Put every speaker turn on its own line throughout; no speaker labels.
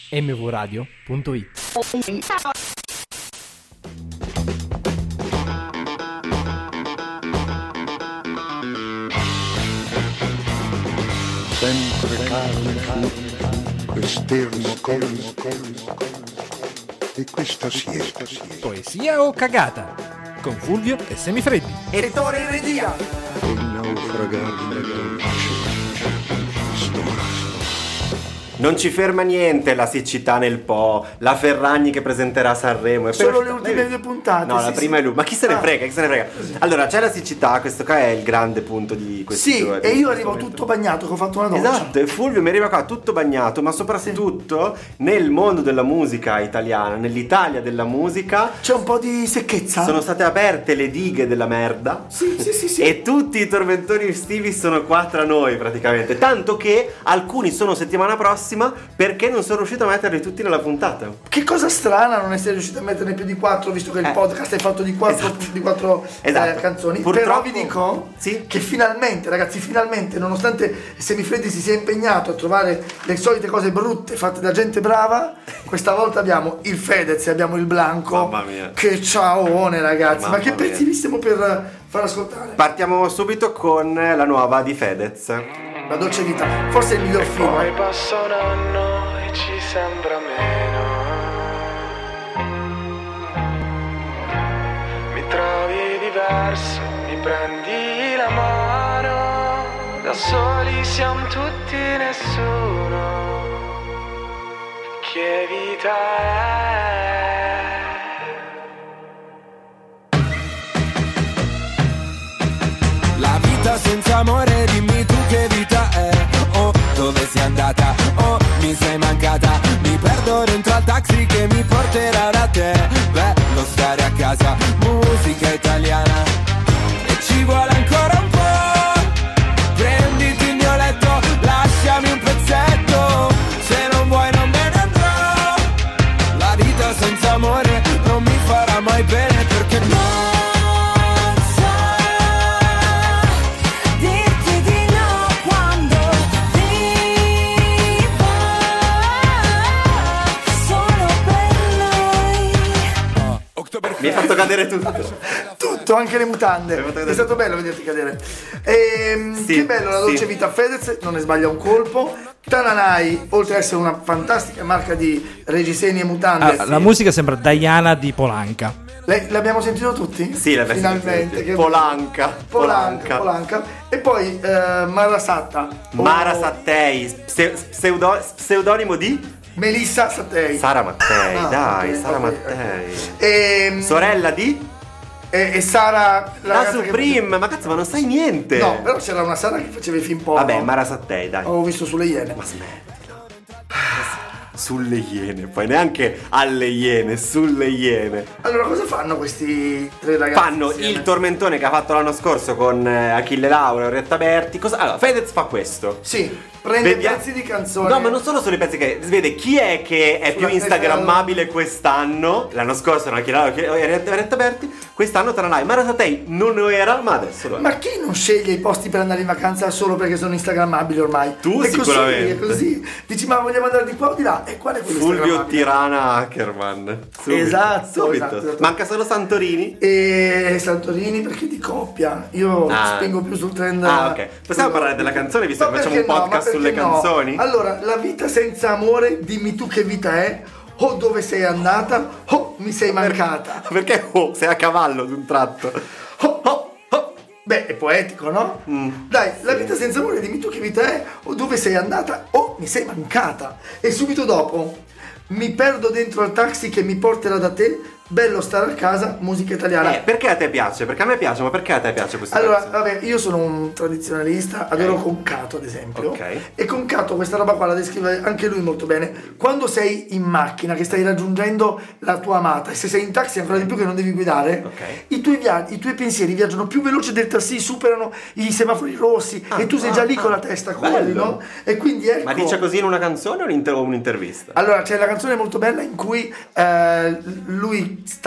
mvradio.it.
Sempre calmo, quest'ermo colmo, e questa siesta.
Poesia o cagata? Con Fulvio e Semifreddi.
Ettore in regia.
E il naufragare dolce, storia.
Non ci ferma niente la siccità nel Po, la Ferragni che presenterà Sanremo.
Solo le ultime due puntate.
No,
sì,
la prima è lui. Ma chi se ne frega, chi se ne frega? Allora, c'è la siccità, questo qua è il grande punto di questi
Sì,
giorni.
e io arrivo tutto bagnato, che ho fatto una doccia.
Esatto, e Fulvio mi arriva qua tutto bagnato, ma soprattutto nel mondo della musica italiana, nell'Italia della musica,
C'è un po' di secchezza.
sono state aperte le dighe della merda.
Sì.
E tutti i tormentoni estivi sono qua tra noi praticamente. Tanto che alcuni sono settimana prossima perché non sono riuscito a metterli tutti nella puntata.
Che cosa strana non essere riuscito a metterne più di 4, visto che il podcast è fatto di 4
Esatto.
canzoni.
Purtroppo,
Però vi dico
sì,
che finalmente, ragazzi, nonostante Semifreddi si sia impegnato a trovare le solite cose brutte fatte da gente brava, questa volta abbiamo il Fedez e abbiamo il Blanco.
Mamma mia.
Che ciaone, ragazzi.
Mamma
Ma che
mia.
pezzi vi stiamo per far ascoltare?
partiamo subito con la nuova di Fedez.
La dolce vita, forse è il miglior film.
Poi passa un anno e ci sembra meno. Mi trovi diverso, mi prendi la mano. Da soli siamo tutti nessuno. Che vita è?
La vita senza amore, dimmi tu che vita è. Oh, dove sei andata? Oh, mi sei mancata. Mi perdo dentro al taxi che mi porterà da te. Bello stare a casa, musica italiana. E ci vuole ancora un po'. Prenditi il mio letto, lasciami un pezzetto. Se non vuoi non me ne andrò. La vita senza amore non mi farà mai bene perché no.
Mi hai fatto cadere tutto.
Tutto, anche le mutande. È stato bello vederti cadere.
Sì,
che bello la dolce
sì.
vita. Fedez non ne sbaglia un colpo. Tananai, oltre ad essere una fantastica marca di reggiseni e mutande,
La musica sembra Diana di Polanca.
l'abbiamo sentito tutti?
Sì, l'abbiamo
finalmente.
sentito.
Polanca. E poi Mara Satta.
Mara Sattei, pseudonimo di
Melissa Sattei.
Sara Mattei,
Ah,
dai,
ok,
Sara
ok,
Mattei. Sorella di
E Sara
la
ragazza che
Supreme, ma cazzo, ma non sai niente.
No, però c'era una Sara che faceva i film porno.
Vabbè, Mara Sattei, dai.
Avevo visto sulle Iene.
Ma smettila. Sulle Iene, poi neanche alle Iene, sulle Iene.
Allora, cosa fanno questi tre ragazzi?
Fanno
insieme?
il tormentone che ha fatto l'anno scorso con Achille Lauro e Orietta Berti. Allora, Fedez fa questo.
Sì, prende
Vediamo-
pezzi di canzoni.
No, ma non solo i pezzi che si vede chi è che è
Sulla
più instagrammabile quest'anno. L'anno scorso era Achille Lauro e Orietta Berti. Quest'anno Tananai. Mara Sattei non lo era, ma adesso lo è.
Ma chi non sceglie i posti per andare in vacanza solo perché sono instagrammabili ormai?
Tu
è
sicuramente.
Così, è così. Dici, ma vogliamo andare di qua o di là? E qual è quello
Fulvio
instagrammabile?
Tirana Ackerman. Subito,
Esatto,
subito.
esatto.
Manca solo Santorini.
E Santorini perché di coppia. Io spingo più sul trend.
Ok. Possiamo parlare della canzone visto
Ma
che facciamo
perché
un
no?
podcast
Ma
sulle
perché no?
canzoni?
Allora, la vita senza amore, dimmi tu che vita è. O dove sei andata, o mi sei mancata.
Perché sei a cavallo d'un tratto.
Oh, oh, oh. Beh, è poetico, no? Dai, la vita senza amore, dimmi tu che vita è, o dove sei andata, o mi sei mancata. E subito dopo, mi perdo dentro al taxi che mi porterà da te, bello stare a casa, musica italiana.
Perché a te piace? Perché a me piace, ma perché a te piace questo
Allora,
pezzo?
vabbè, io sono un tradizionalista, adoro Concato ad esempio.
Ok.
E Concato questa roba qua la descrive anche lui molto bene. Quando sei in macchina, che stai raggiungendo la tua amata, e se sei in taxi ancora di più che non devi guidare,
Ok.
i tuoi pensieri viaggiano più veloce del taxi, superano i semafori rossi e tu sei già lì con la testa corri,
bello.
no? E quindi ecco.
Ma dice così in una canzone o un'intervista?
Allora, c'è la canzone molto bella in cui lui sta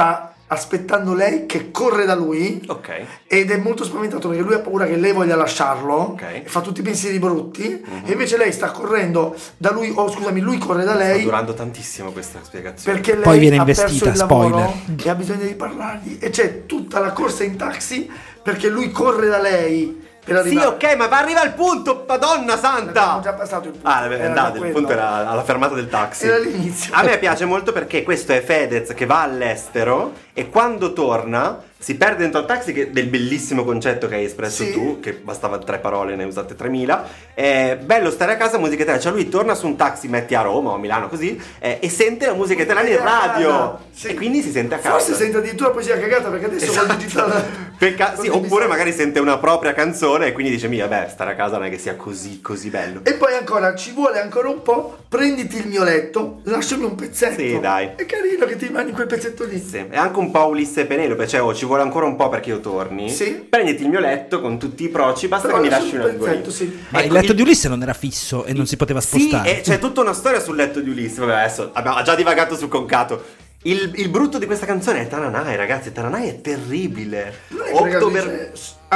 aspettando lei che corre da lui.
Ok.
Ed è molto spaventato perché lui ha paura che lei voglia lasciarlo.
Ok.
E fa tutti i pensieri brutti. E invece lei sta correndo da lui, lui corre da
Sta
lei.
durando tantissimo questa spiegazione.
Perché lei
Poi viene
ha perso
investita,
il lavoro
spoiler.
e ha bisogno di parlargli. E c'è tutta la corsa in taxi perché lui corre da lei per
Sì,
arrivare.
ok, ma arriva al punto, Madonna santa!
Abbiamo già passato il punto.
Ah,
Era
andate, il
quello.
punto era alla fermata del taxi.
Era l'inizio.
A me piace molto perché questo è Fedez che va all'estero e quando torna si perde dentro al taxi, che del bellissimo concetto che hai espresso
Sì.
tu, che bastava 3 parole, ne usate 3000. Bello stare a casa, musica italiana. Cioè lui torna su un taxi, metti a Roma o a Milano così, e sente la musica italiana in radio.
Sì.
E quindi si sente a casa.
Forse sente addirittura poesia cagata perché adesso col digitale.
Sì, oppure magari sente una propria canzone e quindi dice: Mia, beh, stare a casa non è che sia così bello.
E poi ancora, ci vuole ancora un po', prenditi il mio letto, lasciami un pezzetto.
Sì, dai.
È carino che ti rimani quel pezzetto lì.
Sì, è anche un po' Ulisse e Penelope, cioè ci vuole ancora un po' perché io torni.
Sì.
Prenditi il mio letto con tutti i proci, basta
Però
che mi
lascia
lasci
un
un angolino.
pezzetto, sì.
Ma il letto di Ulisse non era fisso e non si poteva spostare.
Sì, e c'è tutta una storia sul letto di Ulisse. Vabbè, adesso abbiamo già divagato sul concato. Il brutto di questa canzone è Tananai, ragazzi. Tananai è terribile.
Non è che
Oktober...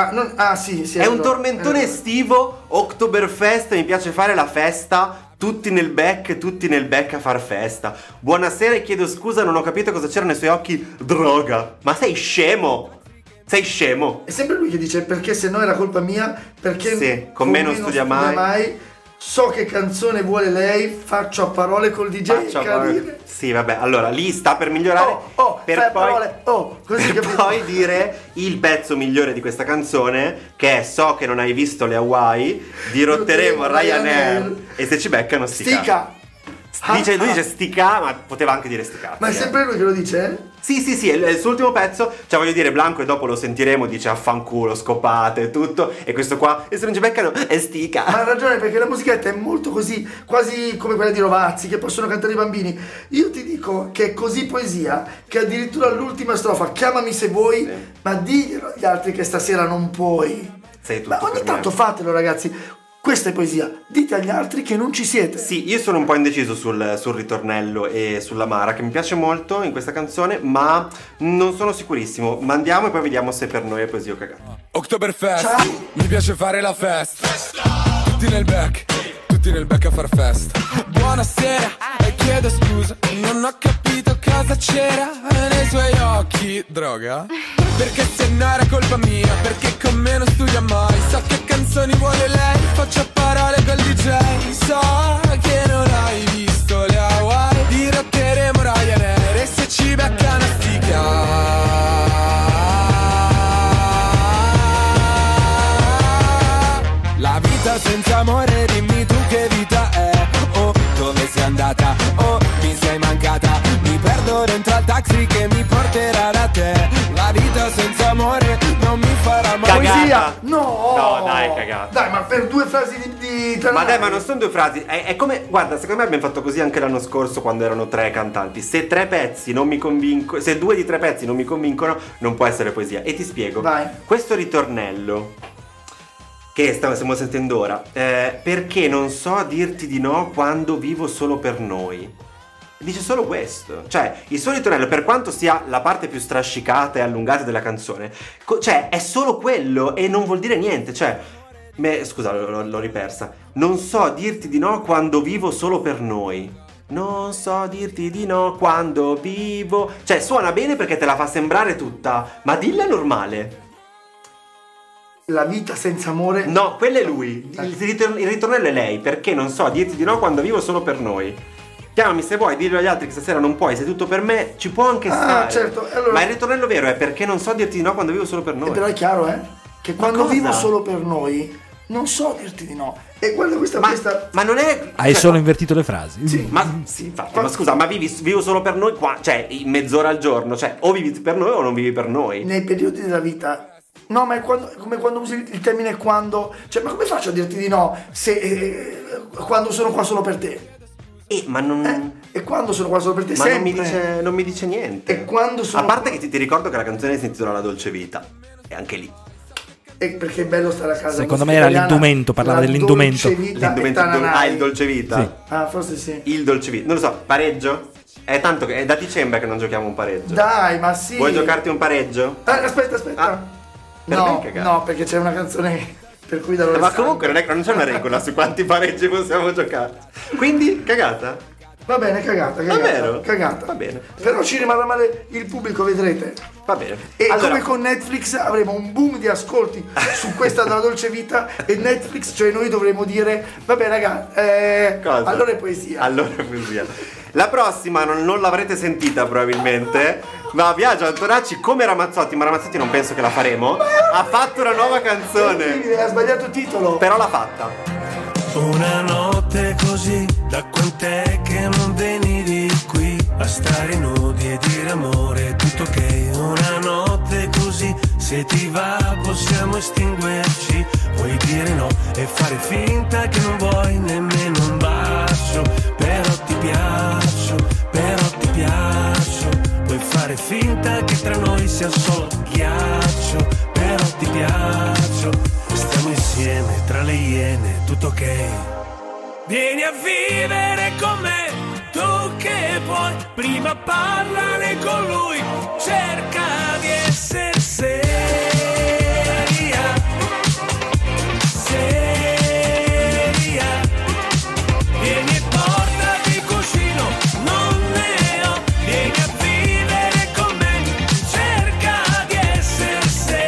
sì,
È un tormentone estivo, Oktoberfest, mi piace fare la festa, tutti nel back a far festa. Buonasera e chiedo scusa, non ho capito cosa c'era nei suoi occhi, droga. Ma sei scemo? Sei scemo?
È sempre lui che dice perché se no era colpa mia, perché
Sì, con me non studia mai.
So che canzone vuole lei, faccio a parole col DJ.
Faccio
carine.
Sì, vabbè, allora lì sta per migliorare
fai a parole, così
per
capito?
poi dire il pezzo migliore di questa canzone, che è So che non hai visto le Hawaii, dirotteremo a Ryanair e se ci beccano stica. Lui dice stica, ma poteva anche dire stica.
Ma è sempre lui che lo dice?
Sì, è il suo ultimo pezzo. Cioè voglio dire, Blanco, e dopo lo sentiremo, dice affanculo, scopate e tutto. E questo qua, e se non ci beccano, è stica.
Ma ha ragione, perché la musichetta è molto così, quasi come quella di Rovazzi, che possono cantare i bambini. Io ti dico che è così poesia, che addirittura l'ultima strofa, chiamami se vuoi, ma diglielo agli altri che stasera non puoi.
Sei tutto
Ma ogni
per
tanto
me.
fatelo, ragazzi. Questa è poesia. Dite agli altri che non ci siete.
Sì, io sono un po' indeciso sul ritornello e sulla Mara, che mi piace molto in questa canzone, ma non sono sicurissimo. Mandiamo e poi vediamo se per noi è poesia o cagata.
Oktoberfest,
Ciao.
mi piace fare la festa. Tutti nel back a far festa. Buonasera, e chiedo scusa, non ho capito cosa c'era nei suoi occhi. Droga? Perché se no era colpa mia, perché con me non studia mai. So che canzoni vuole lei, faccio a parole col DJ. So che non hai visto le Hawaii, dirotteremo Ryanair e se ci beccano stica. La vita senza amore, dimmi tu che vita è. Oh, dove sei andata? Oh, mi sei mancata. Mi perdo dentro al taxi che mi porterà da te. La vita senza amore non mi farà mai.
Cagata.
Poesia? No!
No, dai, cagata.
Dai, ma per 2 frasi di
Ma dai, ma non sono 2 frasi. È come, guarda, secondo me abbiamo fatto così anche l'anno scorso quando erano 3 cantanti. Se 3 pezzi non mi convincono, se 2 di 3 pezzi non mi convincono, non può essere poesia. E ti spiego.
Vai.
Questo ritornello che stiamo sentendo ora, perché non so dirti di no quando vivo solo per noi. Dice solo questo. Cioè, il suo ritornello, per quanto sia la parte più strascicata e allungata della canzone, cioè, è solo quello e non vuol dire niente. Cioè, scusa, l'ho ripersa. Non so dirti di no quando vivo solo per noi. Non so dirti di no quando vivo. Cioè, suona bene perché te la fa sembrare tutta, ma dilla normale.
La vita senza amore.
No, quello è lui. Il ritornello è lei. Perché non so dirti di no quando vivo solo per noi. Chiamami se vuoi, dillo agli altri che stasera non puoi, sei tutto per me, ci può anche stare.
Certo, allora...
Ma il ritornello vero è perché non so dirti di no quando vivo solo per noi.
Però è chiaro, che quando
cosa?
vivo solo per noi, non so dirti di no. E guarda questa...
Ma non è...
Hai
cioè,
solo invertito le frasi.
Sì.
Ma sì, infatti, ma scusa, ma vivo solo per noi qua, cioè in mezz'ora al giorno, cioè o vivi per noi o non vivi per noi.
Nei periodi della vita... No, ma è come quando usi il termine quando... Cioè, ma come faccio a dirti di no se quando sono qua solo per te?
Ma non...
E quando sono qua solo per te?
Ma
sempre.
non mi dice niente.
E quando sono...
A parte che ti ricordo che la canzone si intitola La Dolce Vita. E anche lì.
E perché è bello stare a casa.
Secondo me era l'indumento, parlava dell'indumento.
Dolce vita e Tananai.
Il Dolce Vita.
Sì.
Ah, forse sì.
Il Dolce Vita. Non lo so, pareggio? È tanto che è da dicembre che non giochiamo un pareggio.
Dai, ma sì.
Vuoi giocarti un pareggio?
Aspetta.
Per me è cagata.
No, perché c'è una canzone per cui darò le
Ma
stampe.
comunque non c'è una regola su quanti pareggi possiamo giocare. Quindi, cagata?
Va bene, cagata.
Davvero?
Cagata.
Va bene.
Però ci rimarrà male il pubblico, vedrete.
Va bene.
E
Allora,
come con Netflix avremo un boom di ascolti su questa della dolce vita e Netflix, cioè noi dovremo dire vabbè raga,
cosa?
allora è poesia.
Allora è poesia. La prossima non l'avrete sentita probabilmente, ma Biagio Antonacci come Ramazzotti, ma Ramazzotti non penso che la faremo, ha fatto una nuova canzone.
Ha sbagliato titolo.
Però l'ha fatta.
Una notte così, da quant'è che non venivi qui a stare nudi e dire amore, tutto ok. Una notte così, se ti va possiamo estinguerci, puoi dire no e fare finta che non vuoi nemmeno un bacio, però ti piaccio, puoi fare finta che tra noi sia solo ghiaccio, però ti piaccio. Stiamo insieme tra le iene, tutto ok. Vieni a vivere con me, tu che puoi. Prima parlane con lui, cerca di essere seria. Vieni e portati il cuscino, non ne ho. Vieni a vivere con me, cerca di essere seria.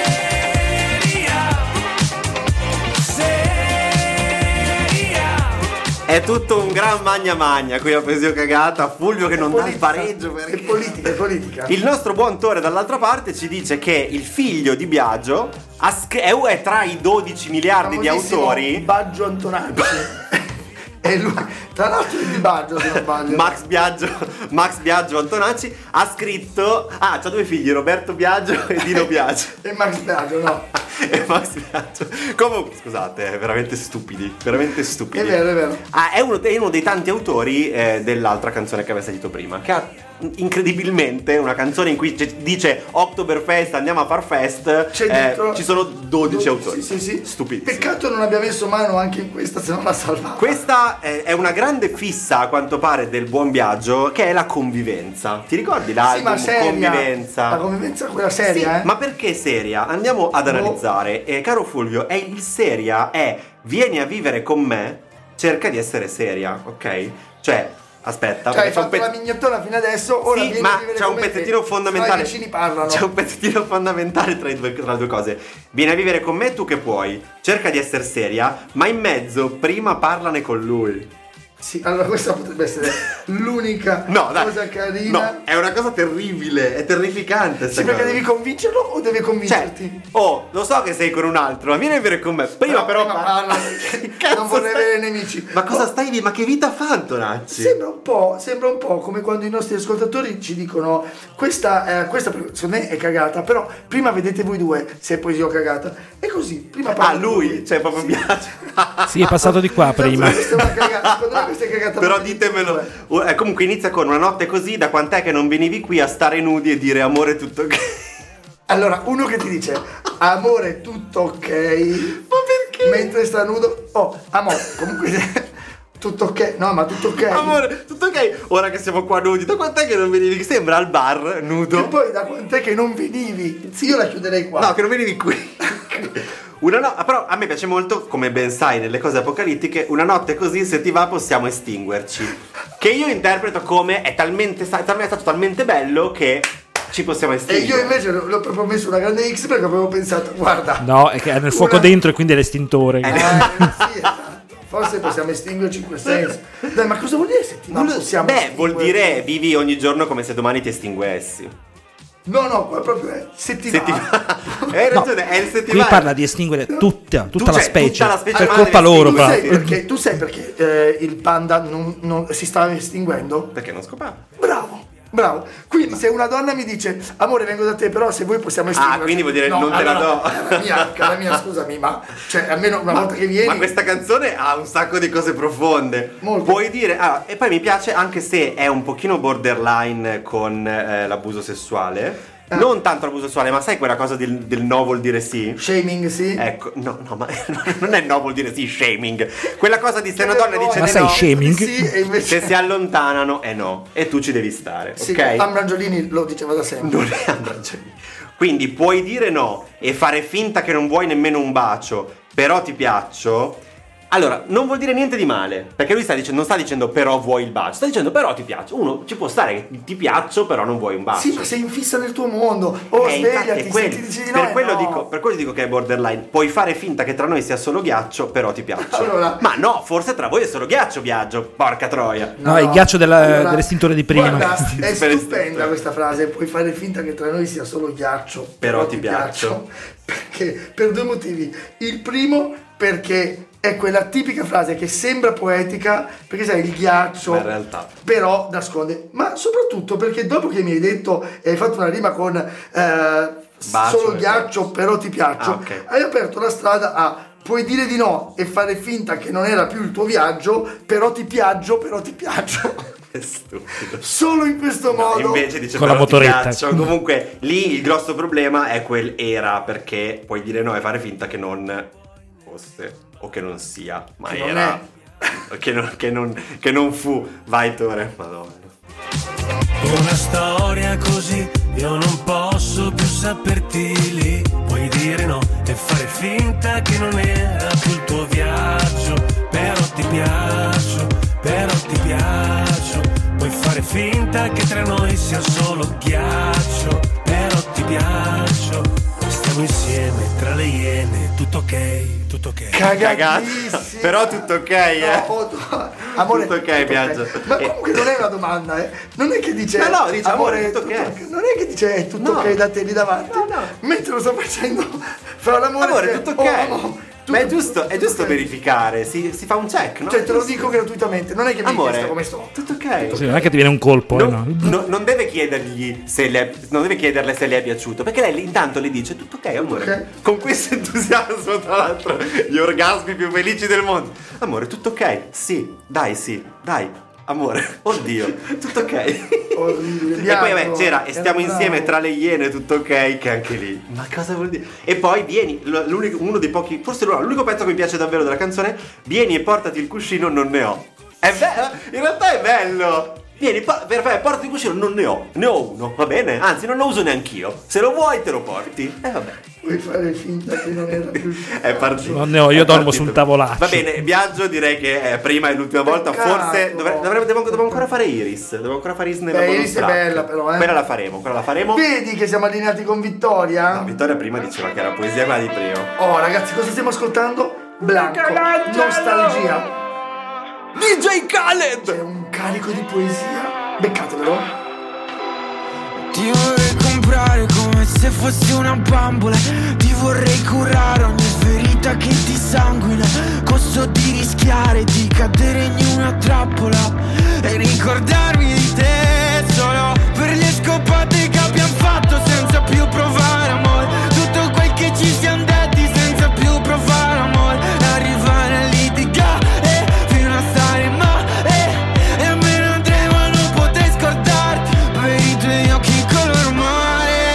È tutto un gran magna qui a Poesia Cagata. Fulvio che non dà il
Politica.
pareggio perché...
È politica.
Il nostro buon Tore dall'altra parte ci dice che il figlio di Biagio è tra i 12 miliardi di
Famosissimo
autori.
Baggio Antonacci. E lui, tra l'altro è di Baggio se non sbaglio.
Max Biagio Antonacci ha scritto. C'ha due figli, Roberto Biagio e Dino Biagio.
E Max Baggio, no.
E Max Biagio. Comunque, scusate, veramente stupidi. Veramente stupidi.
È vero.
È uno dei tanti autori dell'altra canzone che aveva sentito prima, che ha incredibilmente una canzone in cui dice Oktoberfest, andiamo a far fest.
C'è dentro
ci sono 12 autori.
Sì.
Stupidi.
Peccato non abbia messo mano anche in questa, se non la salvava.
Questa è una grande fissa a quanto pare del buon Biagio, che è la convivenza. Ti ricordi l'album
Sì, ma seria.
Convivenza?
La convivenza quella seria,
Sì, ma perché seria? Andiamo ad analizzare. Caro Fulvio, il seria è vieni a vivere con me, cerca di essere seria, ok? Cioè, aspetta,
Cioè hai
c'è un
fatto la mignottona fino adesso, ora
sì,
vieni
ma
a vivere
c'è
con
un
me,
pezzettino
che
fondamentale.
i vicini parlano.
C'è un pezzettino fondamentale tra le due cose. Vieni a vivere con me tu che puoi. Cerca di essere seria, ma in mezzo prima parlane con lui.
Sì, allora questa potrebbe essere l'unica cosa carina.
No, è una cosa terribile, è terrificante.
Sì, perché devi convincerlo o deve convincerti?
Lo so che sei con un altro, ma vieni a vivere con me. Prima però
parla. Non vorrei avere nemici.
Ma cosa stai Ma che vita fa Antonacci?
Sembra un po' come quando i nostri ascoltatori ci dicono questa secondo me è cagata, però prima vedete voi due se è poesia o cagata. E così, prima parla
lui, cioè proprio Biagio.
Sì, è passato di qua prima.
Questa è una cagata, secondo me questa è cagata.
Però ditemelo. Comunque inizia con una notte così, da quant'è che non venivi qui a stare nudi e dire amore tutto ok?
Allora, uno che ti dice amore tutto ok.
Ma perché?
Mentre sta nudo. Amore, comunque tutto ok. No, ma tutto ok.
Amore, tutto ok. Ora che siamo qua nudi, da quant'è che non venivi? Sembra al bar nudo.
E poi da quant'è che non venivi? Sì, io la chiuderei qua.
No, che non venivi qui. Però a me piace molto, come ben sai, nelle cose apocalittiche, una notte così, se ti va, possiamo estinguerci. Che io interpreto come è stato talmente bello che ci possiamo
E
estinguere.
io invece l'ho proprio messo una grande X perché avevo pensato, guarda.
No, è che ha nel fuoco dentro e quindi è l'estintore.
Sì, esatto. Forse possiamo estinguerci in quel senso. Dai, ma cosa vuol dire se ti va? Possiamo
vuol
estinguerci?
dire vivi ogni giorno come se domani ti estinguessi.
No, qua proprio è se ti va.
Hai ragione, è il se ti
Qui
va.
parla di estinguere tutta la specie.
Tutta la specie
Per
umana
colpa
deve
loro,
estinguersi.
Tu sai perché il panda non si sta estinguendo?
Perché non scopava?
Bravo. Quindi se una donna mi dice amore vengo da te, però se voi possiamo estinguerci.
Quindi vuol dire non te la do.
Cara mia, scusami, ma cioè almeno una volta che vieni.
Ma questa canzone ha un sacco di cose profonde.
Molto.
Puoi dire e poi mi piace anche se è un pochino borderline con l'abuso sessuale. Non tanto l'abuso sessuale, ma sai quella cosa del no vuol dire sì?
Shaming, sì.
Ecco, no, ma non è no vuol dire sì, shaming. Quella cosa di se una donna dice
Ma
di
sai
no,
shaming?
Sì, e invece
se si allontanano è no, e tu ci devi stare,
sì,
ok?
Ambrangolini lo diceva da sempre.
Non è Ambrangeli. Quindi puoi dire no e fare finta che non vuoi nemmeno un bacio, però ti piaccio. Allora, non vuol dire niente di male, perché lui non sta dicendo però vuoi il bacio, sta dicendo però ti piaccio. Uno ci può stare che ti piaccio, però non vuoi un bacio.
Sì, ma sei in fissa nel tuo mondo. Svegliati, se ti dici di no.
Per quello dico che è borderline. Puoi fare finta che tra noi sia solo ghiaccio, però ti piaccio.
Allora,
ma no, forse tra voi è solo ghiaccio, Viaggio. Porca troia.
No, il ghiaccio dell'estintore di prima.
Guarda, è
Per
stupenda
estintore.
questa frase. Puoi fare finta che tra noi sia solo ghiaccio,
Però ti piaccio.
Perché? Per due motivi. Il primo, perché è quella tipica frase che sembra poetica, perché sai, il ghiaccio,
Ma in realtà
però nasconde. Ma soprattutto perché dopo che mi hai detto e hai fatto una rima con solo ghiaccio, però ti piaccio,
ok.
hai aperto la strada a puoi dire di no e fare finta che non era più il tuo viaggio, però ti piaggio, però ti piaccio.
è stupido.
Solo in questo modo.
Invece dice
Con la
però ti
motoretta.
piaccio. Comunque lì il grosso problema è quel era, perché puoi dire no e fare finta che non fosse o che non sia, ma
Che non
era che non fu. Vai Tore, madonna.
Una storia così io non posso più saperti lì. Puoi dire no e fare finta che non era più il tuo viaggio, però ti piaccio, però ti piaccio. Puoi fare finta che tra noi sia solo ghiaccio, però ti piaccio. Stiamo insieme tra le iene, tutto ok, tutto ok.
Cagatissima.
Però tutto ok,
Amore,
tutto ok, Viaggio.
Ma comunque non è una domanda, non è che dice
No, dice amore, tutto ok.
Non è che dice è tutto
No.
ok da te lì davanti.
No.
Mentre lo sto facendo fra l'amore
Amore,
e
tutto ok.
tutto-
Ma è giusto
tutto ok.
verificare, si fa un check, no?
Cioè te lo dico gratuitamente, non è che mi hai
Amore,
chiesto come sto.
tutto ok.
Sì, non è che ti viene un colpo, no?
Non deve chiedergli non deve chiederle se le è piaciuto, perché lei intanto le dice tutto ok, amore.
ok.
Con questo entusiasmo, tra l'altro, gli orgasmi più felici del mondo. Amore, tutto ok? Sì, dai, amore, oddio, tutto ok.
Orribile,
E poi vabbè
Bianco,
c'era e stiamo
era
insieme
bravo.
tra le iene, tutto ok, che anche lì. Ma cosa vuol dire? E poi vieni, uno dei pochi, forse l'unico pezzo che mi piace davvero della canzone, vieni e portati il cuscino, non ne ho. È bello, in realtà è bello. Vieni, portati il cuscino, non ne ho uno, va bene? Anzi, non lo uso neanch'io. Se lo vuoi te lo porti. Vabbè.
Puoi fare finta che non era più
È partito.
Non ne ho, io
È
dormo
partito.
sul tavolaccio.
Va bene, Viaggio direi che è prima e l'ultima volta.
Peccato.
Forse devo ancora fare Iris. Devo ancora fare Iris nella bonus
Iris è
track.
bella però,
Quella la faremo.
Vedi che siamo allineati con Vittoria?
No, Vittoria prima diceva che era poesia quella di prima.
Oh ragazzi, cosa stiamo ascoltando? Blanco, nostalgia.
DJ Khaled!
C'è un carico di poesia. Beccatevelo.
Ti vorrei comprare come se fossi una bambola. Ti vorrei curare ogni ferita che ti sanguina. Costo di rischiare di cadere in una trappola e ricordarmi di te solo per le scopate che abbiamo fatto senza più provare amore. Tutto quel che ci siamo detti senza più provare amore. E arrivare a litigare fino a stare male. E me ne andremo a non poter scordarti per i tuoi occhi color mare,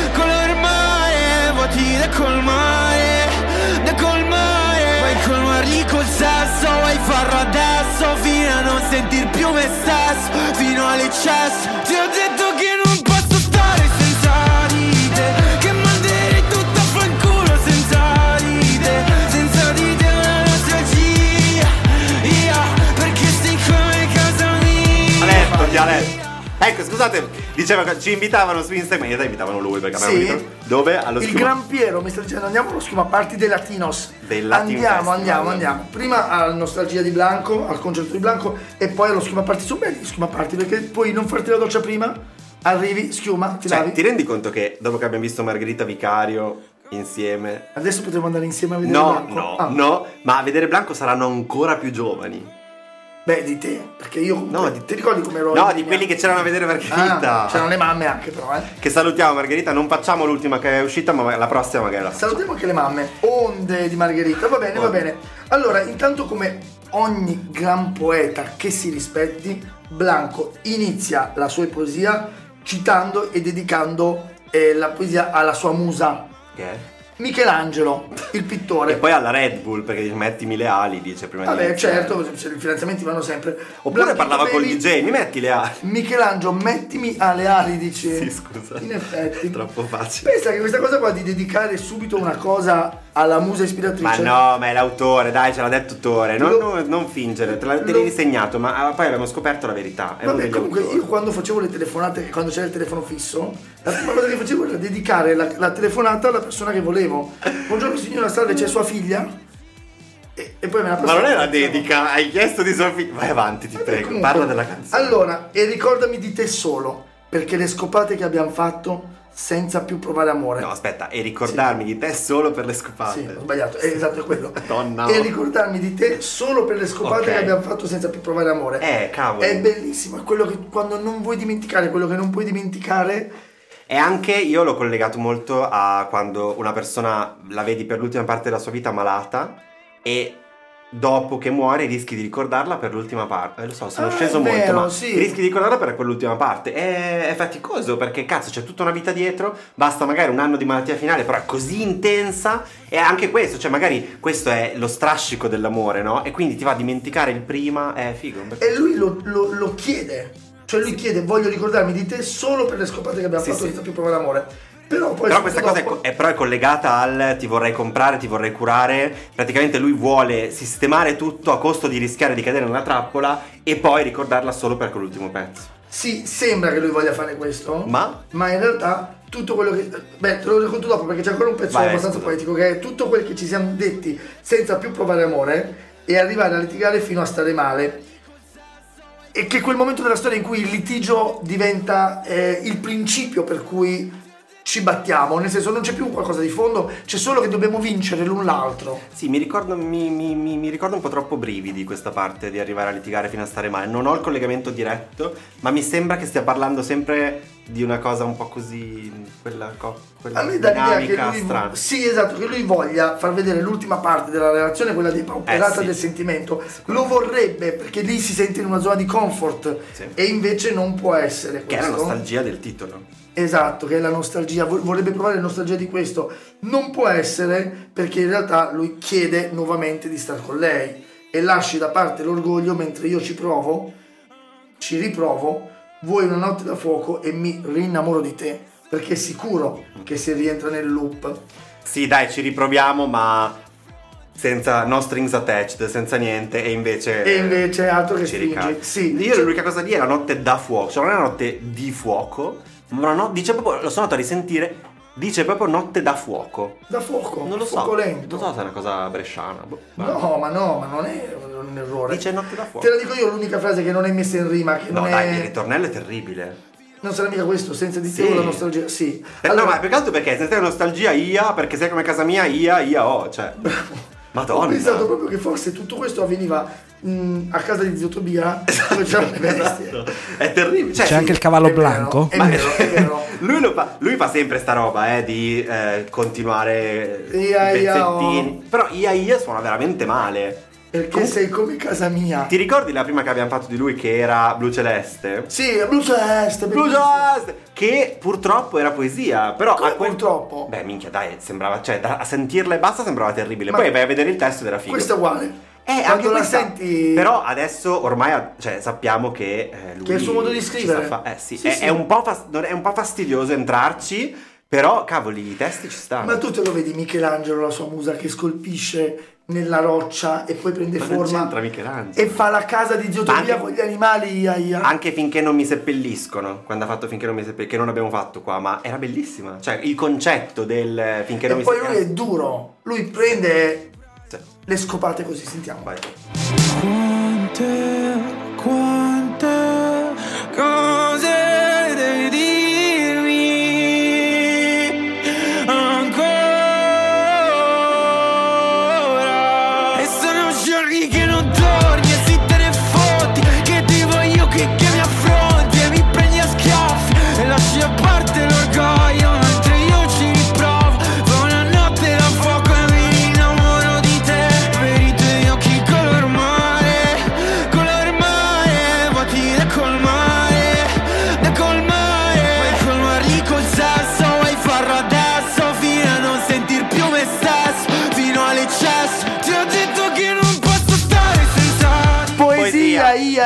vuoti da colmare, vuoi colmarli col sesso, vuoi farlo adesso fino a non sentir più me stesso, fino all'eccesso. Ti ho detto che non posso stare senza di te, che manderei tutto a fanculo senza di te una nostalgia, perché sei come casa mia.
Dialetto. Ecco, scusate, diceva, ci invitavano su Instagram, in realtà invitavano lui perché avevamo
Sì.
invitato. Dove? Allo
Il
schiuma.
Gran Piero mi sta dicendo andiamo allo schiuma party dei Latinos.
Del Latin Festival.
Andiamo. Prima alla nostalgia di Blanco, al concerto di Blanco e poi allo schiuma party. Sono belli gli schiuma party perché puoi non farti la doccia prima, arrivi, schiuma, ti
Cioè,
lavi.
ti rendi conto che dopo che abbiamo visto Margherita Vicario insieme...
Adesso potremmo andare insieme a vedere
No,
Blanco.
no, ma a vedere Blanco saranno ancora più giovani.
Beh, di te, perché io
No,
ti ricordi come ero?
No, di quelli che c'erano a vedere Margherita.
C'erano le mamme anche però,
Che salutiamo Margherita, non facciamo l'ultima che è uscita, ma la prossima magari la facciamo.
Salutiamo anche le mamme. Onde di Margherita, va bene, va bene. Allora, intanto come ogni gran poeta che si rispetti, Blanco inizia la sua poesia citando e dedicando la poesia ha la sua musa,
Che è?
Michelangelo, il pittore.
E poi alla Red Bull, perché dice mettimi le ali, dice prima di
Vabbè,
iniziare.
certo, se i finanziamenti vanno sempre.
Oppure
Blanchito
parlava col
Baby,
DJ, mi metti le ali.
Michelangelo, mettimi alle ali, dice.
Sì, scusa.
In effetti.
Troppo facile.
Pensa che questa cosa qua di dedicare subito una cosa alla musa
Ma
ispiratrice.
no, ma è l'autore, dai, ce l'ha detto Tore. Non fingere, te
lo-
l'hai disegnato, ma poi abbiamo scoperto la verità. È uno
Vabbè,
degli
comunque
autori.
io quando facevo le telefonate, quando c'era il telefono fisso, la prima cosa che facevo era dedicare la telefonata alla persona che volevo. Buongiorno signora, salve, c'è sua figlia? E poi me la
Ma
passavo.
non è una dedica, hai chiesto di sua figlia. Vai avanti, ti prego,
Comunque,
parla della canzone.
Allora, e ricordami di te solo, perché le scopate che abbiamo fatto senza più provare amore.
No, aspetta, e ricordarmi di te solo per le scopate.
Sì, ho sbagliato, esatto, è quello.
Madonna.
E ricordarmi di te solo per le scopate
Ok.
che abbiamo fatto senza più provare amore.
Cavolo.
È bellissimo, è quello che quando non vuoi dimenticare, quello che non puoi dimenticare.
E anche io l'ho collegato molto a quando una persona la vedi per l'ultima parte della sua vita malata e dopo che muore rischi di ricordarla per l'ultima parte. Lo so, sono
Ah,
sceso
è
molto,
vero,
ma
sì.
rischi di ricordarla per quell'ultima parte. È faticoso perché cazzo c'è tutta una vita dietro, basta magari un anno di malattia finale, però è così intensa. E anche questo, cioè magari questo è lo strascico dell'amore, no? E quindi ti va a dimenticare il prima, è figo.
E lui lo chiede. Cioè lui chiede, voglio ricordarmi di te solo per le scopate che abbiamo
Sì,
fatto
sì.
senza più provare amore. Però poi
Però questa cosa
dopo-
però è collegata al ti vorrei comprare, ti vorrei curare. Praticamente lui vuole sistemare tutto a costo di rischiare di cadere nella trappola e poi ricordarla solo per quell'ultimo pezzo.
Sì, sembra che lui voglia fare questo.
Ma?
in realtà tutto quello che... Beh, te lo racconto dopo perché c'è ancora un pezzo
Vai,
abbastanza
scusa.
poetico che è tutto quel che ci siamo detti senza più provare amore e arrivare a litigare fino a stare male. E che quel momento della storia in cui il litigio diventa il principio per cui ci battiamo, nel senso non c'è più qualcosa di fondo, c'è solo che dobbiamo vincere l'un l'altro.
Sì, mi ricorda un po' troppo brividi questa parte di arrivare a litigare fino a stare male. Non ho il collegamento diretto, ma mi sembra che stia parlando sempre di una cosa un po' così, quella
A me dà l'idea che
dinamica
lui,
strana.
sì, esatto, che lui voglia far vedere l'ultima parte della relazione, quella depauperata
sì.
del sentimento. Lo vorrebbe perché lì si sente in una zona di comfort
Sì.
e invece non può essere
Che è
questo.
la nostalgia del titolo.
Esatto, che è la nostalgia, vorrebbe provare la nostalgia di questo. Non può essere perché in realtà lui chiede nuovamente di star con lei e lasci da parte l'orgoglio mentre io ci riprovo, vuoi una notte da fuoco e mi rinnamoro di te perché è sicuro che si rientra nel loop.
Sì, dai, ci riproviamo, ma senza no strings attached, senza niente, e invece
altro che
ci
stringi.
ricade.
Sì,
Io l'unica cosa lì è la notte da fuoco, cioè non è una notte di fuoco, ma dice proprio, lo sono andato a risentire, dice proprio notte da fuoco.
da fuoco,
Non lo so,
fuoco lento.
non so se è una cosa bresciana.
Ma non è un errore.
Dice notte da fuoco.
Te la dico io l'unica frase che non è messa in rima, che
No,
non
dai, il
è...
ritornello è terribile.
Non sarà mica questo, senza di te
Sì.
o la nostalgia. Sì.
No, ma più che altro perché se stai nostalgia perché sei come casa mia, cioè. Madonna.
Ho pensato proprio che forse tutto questo avveniva a casa di zio Tobia dove c'erano le bestie.
Esatto. È terribile. Cioè,
C'è
sì,
anche il cavallo
È vero,
blanco?
È vero, è vero.
lui fa sempre sta roba di continuare
Ia,
i
ia,
pezzettini. Però ia suona veramente male.
Perché sei come casa mia.
Ti ricordi la prima che abbiamo fatto di lui che era Blu Celeste?
Sì, Blu Celeste.
Blu
bellissimo.
Celeste! Che purtroppo era poesia. Però
Come
a quel
purtroppo?
Beh, minchia, dai, sembrava, cioè, a sentirla e basta sembrava terribile.
Ma-
Poi vai a vedere il testo ed era figo.
Questa è uguale.
Anche
Quando la
questa-
senti...
Però adesso ormai sappiamo che lui
Che è il suo modo di
ci
scrivere.
sa sì,
Sì,
è,
sì.
è un po' è un po' fastidioso entrarci, però cavoli, i testi ci stanno.
Ma tu te lo vedi Michelangelo, la sua musa che scolpisce nella roccia e poi prende
Ma non
forma
c'entra Michelangelo.
e fa la casa di zio
Ma
Tobia
anche-
con gli animali. Ia.
Anche Finché non mi seppelliscono, quando ha fatto Finché non mi seppelliscono, che non abbiamo fatto qua, ma era bellissima. Cioè, il concetto del Finché non
E
mi
poi lui è
seppelliscono.
duro, lui prende
Sì.
le scopate così, sentiamo.
Vai.
Quante cose devi dirmi ancora? E sono giorni che non torni e si te ne fotti, che ti voglio che mi affronti e mi prendi a schiaffi e lasci a parte l'orgoglio mentre io ci riprovo. Fa una notte da fuoco e mi innamoro di te, per i tuoi occhi color mare, vuoti da colmare, puoi colmarli col sesso e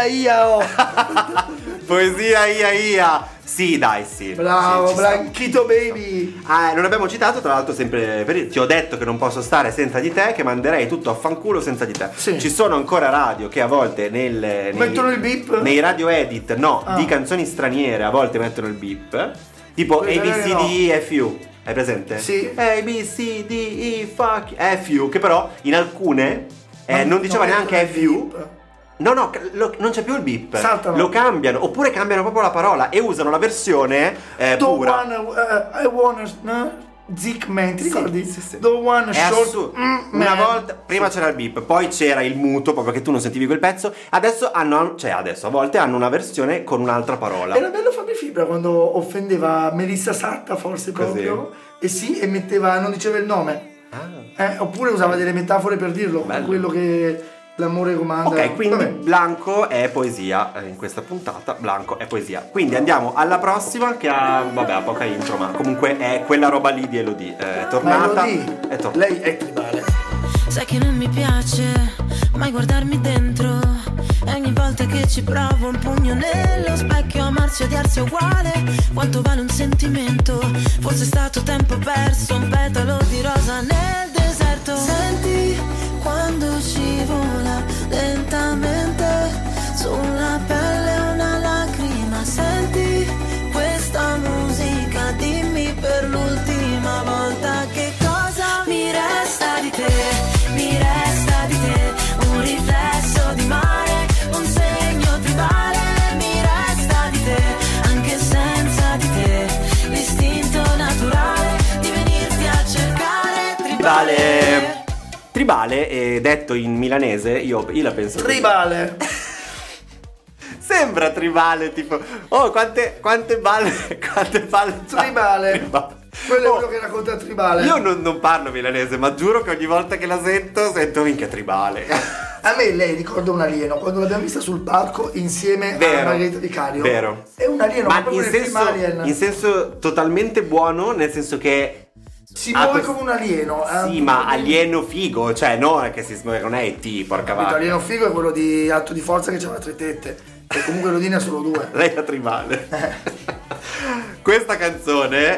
ia oh.
Poesia ia. Sì, dai, sì.
Bravo,
Sì, ci sta.
Blanchito baby.
Non abbiamo citato, tra l'altro, sempre ti ho detto che non posso stare senza di te, che manderei tutto a fanculo senza di te.
Sì.
Ci sono ancora radio che a volte
Mettono il beep?
nei radio edit, di canzoni straniere, a volte mettono il beep. Tipo
Quelle
ABCDE FU. Hai presente?
Sì.
ABCDE fuck FU, che però in alcune non diceva neanche FU. No, non c'è più il beep.
Saltano.
Lo cambiano, oppure cambiano proprio la parola e usano la versione pura.
I wanna Zick Man, ti ricordi?
Sì.
The one
È
short
assurdo.
man.
Una volta prima c'era il beep, poi c'era il muto proprio che tu non sentivi quel pezzo. Adesso a volte hanno una versione con un'altra parola.
Era bello Fabio Fibra quando offendeva Melissa Satta, forse proprio. E sì, e metteva, non diceva il nome. Oppure usava delle metafore per dirlo,
Bello.
quello che l'amore comanda.
Ok, quindi
Vabbè.
Blanco è poesia in questa puntata. Blanco è poesia. Quindi andiamo alla prossima che ha poca intro, ma comunque è quella roba lì di Elodie. È tornata.
Ma Elodie,
È tornata.
lei è tribale.
Sai che non mi piace mai guardarmi dentro, e ogni volta che ci provo un pugno nello specchio. Amarsi e odiarsi è uguale, quanto vale un sentimento? Forse è stato tempo perso, un petalo di rosa nel deserto. Senti quando scivola lentamente sulla pelle una lacrima. Senti questa musica, dimmi per l'ultima volta che cosa mi resta di te. Mi resta di te un riflesso di mare, un segno tribale. Mi resta di te anche senza di te, l'istinto naturale di venirti a cercare.
Tribale, detto in milanese, io la penso così.
Tribale.
Sembra tribale, tipo, oh, quante balle
Tribale. Quello è quello che racconta tribale.
Io non parlo milanese, ma giuro che ogni volta che la sento minchia tribale.
A me lei ricorda un alieno, quando l'abbiamo vista sul palco insieme a Margherita Vicario.
Vero.
È un alieno,
ma
proprio
in
nel film Alien.
senso totalmente buono, nel senso che
si muove come un alieno.
Sì, ma alieno figo, cioè no, che si muove, non è E.T., porca vacca.
L'alieno figo è quello di Atto di Forza che c'aveva 3 tette. E comunque Elodie ha solo 2.
Lei è tribale. Questa canzone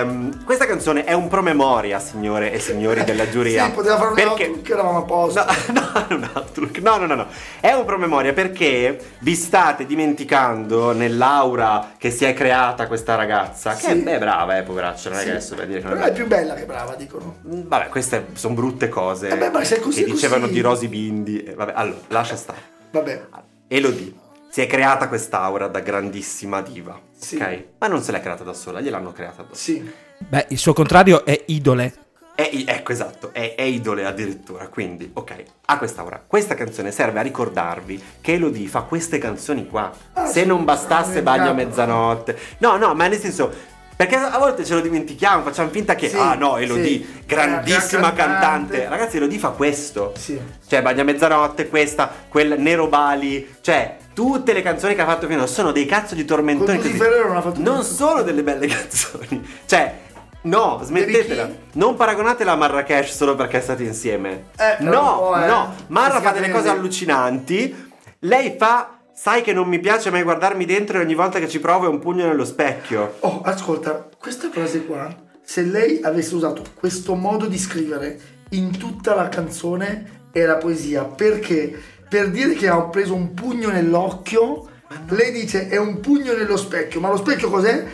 è un promemoria, signore e signori della giuria.
Sì, poteva fare un
perché...
outlook, eravamo a posto.
No. È un promemoria perché vi state dimenticando nell'aura che si è creata questa ragazza. Che è brava, poveraccia, non è che adesso per dire che non
Però è più bella che brava, dicono.
Vabbè, queste sono brutte cose
ma se è così,
che dicevano
così.
di Rosy Bindi. Vabbè, allora, lascia stare.
Vabbè.
Elodie si è creata quest'aura da grandissima diva,
sì.
Ok? Ma non se l'è creata da sola, gliel'hanno creata addosso.
Sì.
Beh, il suo contrario è idole.
Ecco, esatto, è idole addirittura, quindi, ok, a quest'aura. Questa canzone serve a ricordarvi che Elodie fa queste canzoni qua. Se non bastasse Bagno a mezzanotte. No, ma nel senso... Perché a volte ce lo dimentichiamo, facciamo finta che Elodie, grandissima cantante. Ragazzi, Elodie fa questo.
Sì.
Cioè, Bagno a mezzanotte, questa, quel Nero Bali, cioè tutte le canzoni che ha fatto finora sono dei cazzo di tormentoni
Con
così.
Ferrero non ha fatto
Non
niente.
sono delle belle canzoni. Cioè, no, smettetela. Non paragonatela a Marrakesh solo perché state insieme. No. Marra fa delle cose allucinanti. Lei fa... Sai che non mi piace mai guardarmi dentro e ogni volta che ci provo è un pugno nello specchio.
Oh, ascolta, questa frase qua, se lei avesse usato questo modo di scrivere in tutta la canzone era poesia. Perché? Per dire che ha preso un pugno nell'occhio, lei dice è un pugno nello specchio. Ma lo specchio cos'è?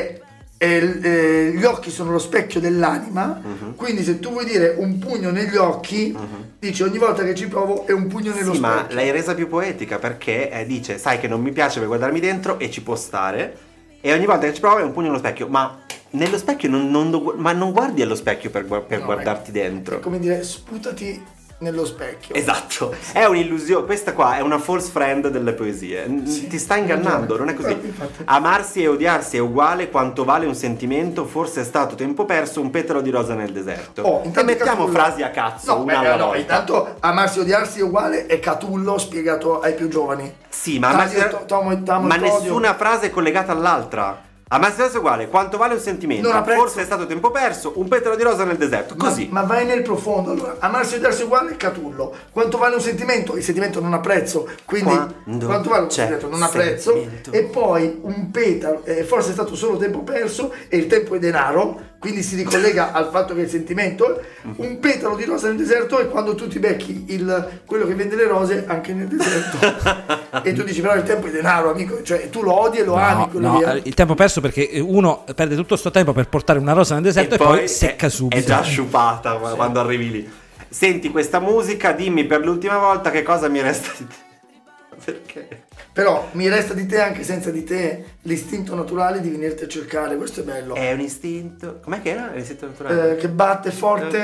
Gli occhi sono lo specchio dell'anima, quindi se tu vuoi dire un pugno negli occhi, dici ogni volta che ci provo è un pugno nello
Sì,
specchio.
ma l'hai resa più poetica perché dice sai che non mi piace per guardarmi dentro e ci può stare e ogni volta che ci provo è un pugno nello specchio, ma nello specchio non guardi allo specchio per guardarti dentro.
È come dire sputati nello specchio.
Esatto, è un'illusione, questa qua è una false friend delle poesie. Ti sta ingannando, non è così.
Infatti.
Amarsi e odiarsi è uguale, quanto vale un sentimento, forse è stato tempo perso, un petalo di rosa nel deserto. E mettiamo
Catullo.
frasi a cazzo, una alla volta.
Intanto amarsi e odiarsi è uguale è Catullo spiegato ai più giovani.
Sì, ma nessuna frase è collegata all'altra. Amarsi diverso uguale, quanto vale un sentimento?
Non apprezzo.
Forse è stato tempo perso, un petalo di rosa nel deserto, così.
Ma vai nel profondo. Allora, amarsi e darsi uguale, Catullo. Quanto vale un sentimento? Il sentimento non apprezzo. Quindi, quanto vale un sentimento? Non apprezzo.
sentimento.
E poi un petalo, forse è stato solo tempo perso e il tempo è denaro. Quindi si ricollega al fatto che il sentimento, un petalo di rosa nel deserto è quando tu ti becchi quello che vende le rose anche nel deserto. E tu dici però il tempo è denaro, amico, cioè tu lo odi e lo ami quello
No,
via.
il tempo perso perché uno perde tutto sto tempo per portare una rosa nel deserto e poi secca subito.
È già sciupata quando arrivi lì. Senti questa musica, dimmi per l'ultima volta che cosa mi resta di te. Perché?
Però mi resta di te anche senza di te l'istinto naturale di venirti a cercare, questo è bello.
È un istinto. Com'è che era? L'istinto naturale?
Che batte forte.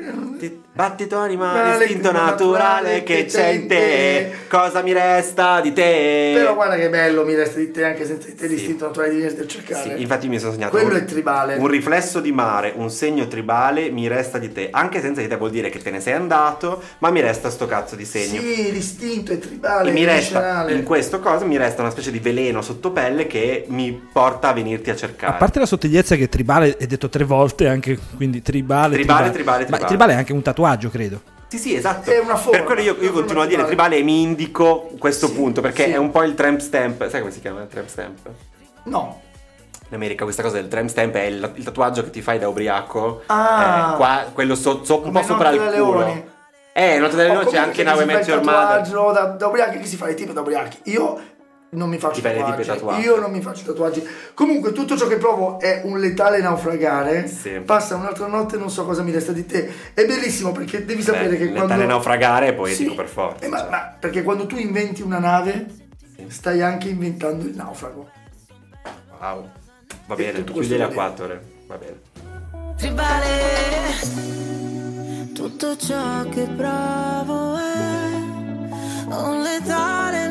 Battito anima, l'istinto naturale che c'è in te. Cosa mi resta di te?
Però guarda che bello, mi resta di te anche senza di te l'istinto naturale di venirti a cercare.
Sì, infatti mi sono segnato.
Quello è tribale.
Un riflesso di mare, un segno tribale, mi resta di te. Anche senza di te vuol dire che te ne sei andato, ma mi resta sto cazzo di segno.
Sì, l'istinto è tribale.
E mi resta,
viscerale.
in questo caso, mi resta una specie di veleno sottopelle che mi porta a venirti a cercare.
A parte la sottigliezza che tribale è detto 3 volte, anche quindi tribale. Ma tribale è anche un tatuaggio, credo.
Sì, esatto.
È una forma,
per quello io continuo a dire tribale e mi indico questo punto, perché è un po' il tramp stamp. Sai come si chiama il tramp stamp?
No.
In America questa cosa del tramp stamp è il tatuaggio che ti fai da ubriaco.
Ah.
Quello un po' sopra il
Notte
culo.
Leoni.
Notte delle Leoni c'è anche Now I Met Your Mother.
Tatuaggio da ubriachi, che si fa i tipi da ubriachi. Io non mi faccio
Dipende dai tipi di
tatuaggi.
tatuaggi.
Io non mi faccio tatuaggi. Comunque tutto ciò che provo è un letale naufragare.
Sì.
Passa un'altra notte e non so cosa mi resta di te. È bellissimo perché devi sapere che quando
letale naufragare è poetico per forza.
ma perché quando tu inventi una nave stai anche inventando il naufrago.
Wow. Va bene,
tutto
chiudi
questo
a 4 ore. Va bene.
Tribale, tutto ciò che provo è un letale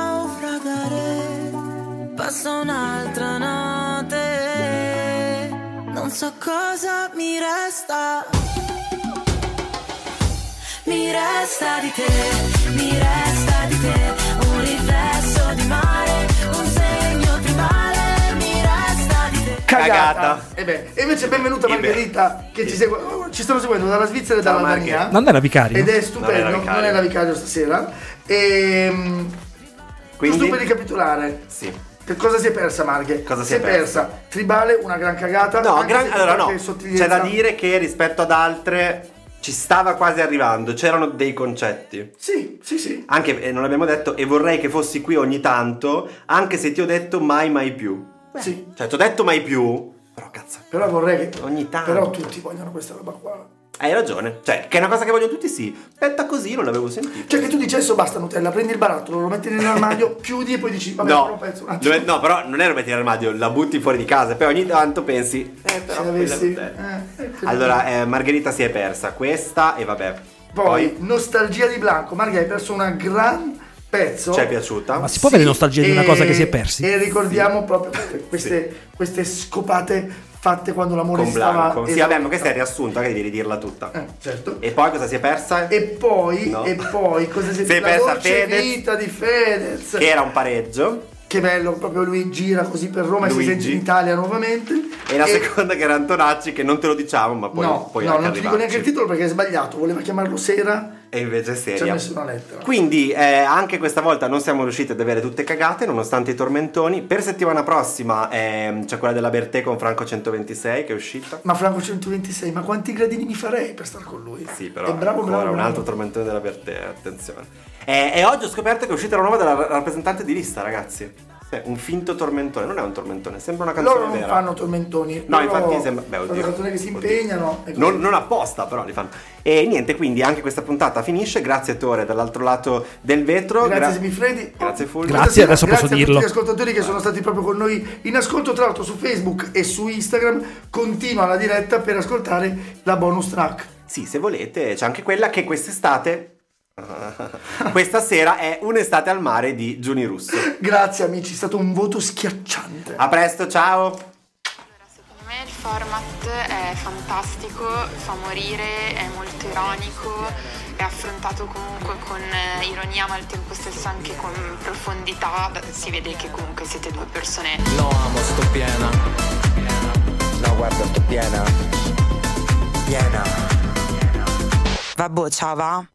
naufragare. Passa un'altra notte, non so cosa mi resta. Mi resta di te, mi resta di te, un riflesso di mare, un segno tribale.
Cagata. E invece benvenuta Margherita che ci segue, ci stanno seguendo dalla Svizzera e dall'Albania.
Non era vicario?
Ed è stupendo, non era vicario stasera. E
quindi
giusto per ricapitolare.
Sì.
Che cosa si è persa, Marghe?
Cosa si è persa?
Tribale, una gran cagata.
No,
allora
no. C'è da dire che rispetto ad altre ci stava quasi arrivando, c'erano dei concetti.
Sì.
Anche, non l'abbiamo detto, e vorrei che fossi qui ogni tanto, anche se ti ho detto mai più.
Sì.
Cioè, ti ho detto mai più, però cazzo.
Però vorrei che
ogni tanto.
Però tutti vogliono questa roba qua.
Hai ragione. Cioè, che è una cosa che vogliono tutti, sì. Detta così non l'avevo sentito.
Cioè che tu dici adesso basta Nutella, prendi il barattolo, lo metti nell'armadio, chiudi e poi dici vabbè,
no,
però penso un attimo.
No, però non è lo metti nell'armadio, la butti fuori di casa. Poi ogni tanto pensi però
avessi,
allora, Margherita si è persa questa e vabbè.
Poi nostalgia di Blanco. Margherita, hai perso una gran pezzo.
Ci è piaciuta?
Ma si può avere nostalgia di una cosa che si è persi?
E ricordiamo proprio queste scopate fatte quando l'amore
con
stava
Blanco. Sì, vabbè, ma questa è riassunta, che devi ridirla tutta.
Certo.
E poi cosa si è persa?
E poi cosa si è
persa?
La dolce vita di Fedez,
che era un pareggio.
Che bello, proprio lui gira così per Roma e si sente in Italia nuovamente.
E la seconda che era Antonacci, che non te lo diciamo, ma poi
no, non ti dico neanche il titolo perché è sbagliato, voleva chiamarlo Sera
e invece Seria.
Ci ha messo una lettera.
Quindi anche questa volta non siamo riusciti ad avere tutte cagate nonostante i tormentoni. Per settimana prossima c'è quella della Bertè con Franco 126 che è uscita.
Ma Franco 126, ma quanti gradini mi farei per stare con lui?
Sì, però
è bravo.
Un altro tormentone della Bertè, attenzione. E oggi ho scoperto che è uscita la nuova della rappresentante di lista, ragazzi. Un finto tormentone, non è un tormentone, sembra una canzone
vera. Loro non fanno tormentoni.
No, infatti sembra. Beh,
sono canzoni che si impegnano.
Non apposta, però li fanno. E niente, quindi anche questa puntata finisce. Grazie Tore dall'altro lato del vetro.
Grazie Semifreddi.
Grazie Fulvio.
Grazie, adesso posso dirlo.
Grazie a tutti gli ascoltatori che sono stati proprio con noi in ascolto. Tra l'altro su Facebook e su Instagram continua la diretta per ascoltare la bonus track.
Sì, se volete, c'è anche quella che quest'estate. Questa sera è Un'estate al mare di Giuni Russo.
Grazie amici, è stato un voto schiacciante.
A presto, ciao.
Secondo me format è fantastico, fa morire, è molto ironico, è affrontato comunque con ironia ma al tempo stesso anche con profondità. Si vede che comunque siete due persone.
No amo, sto piena. No guarda, sto piena. Piena.
Vabbè, ciao va.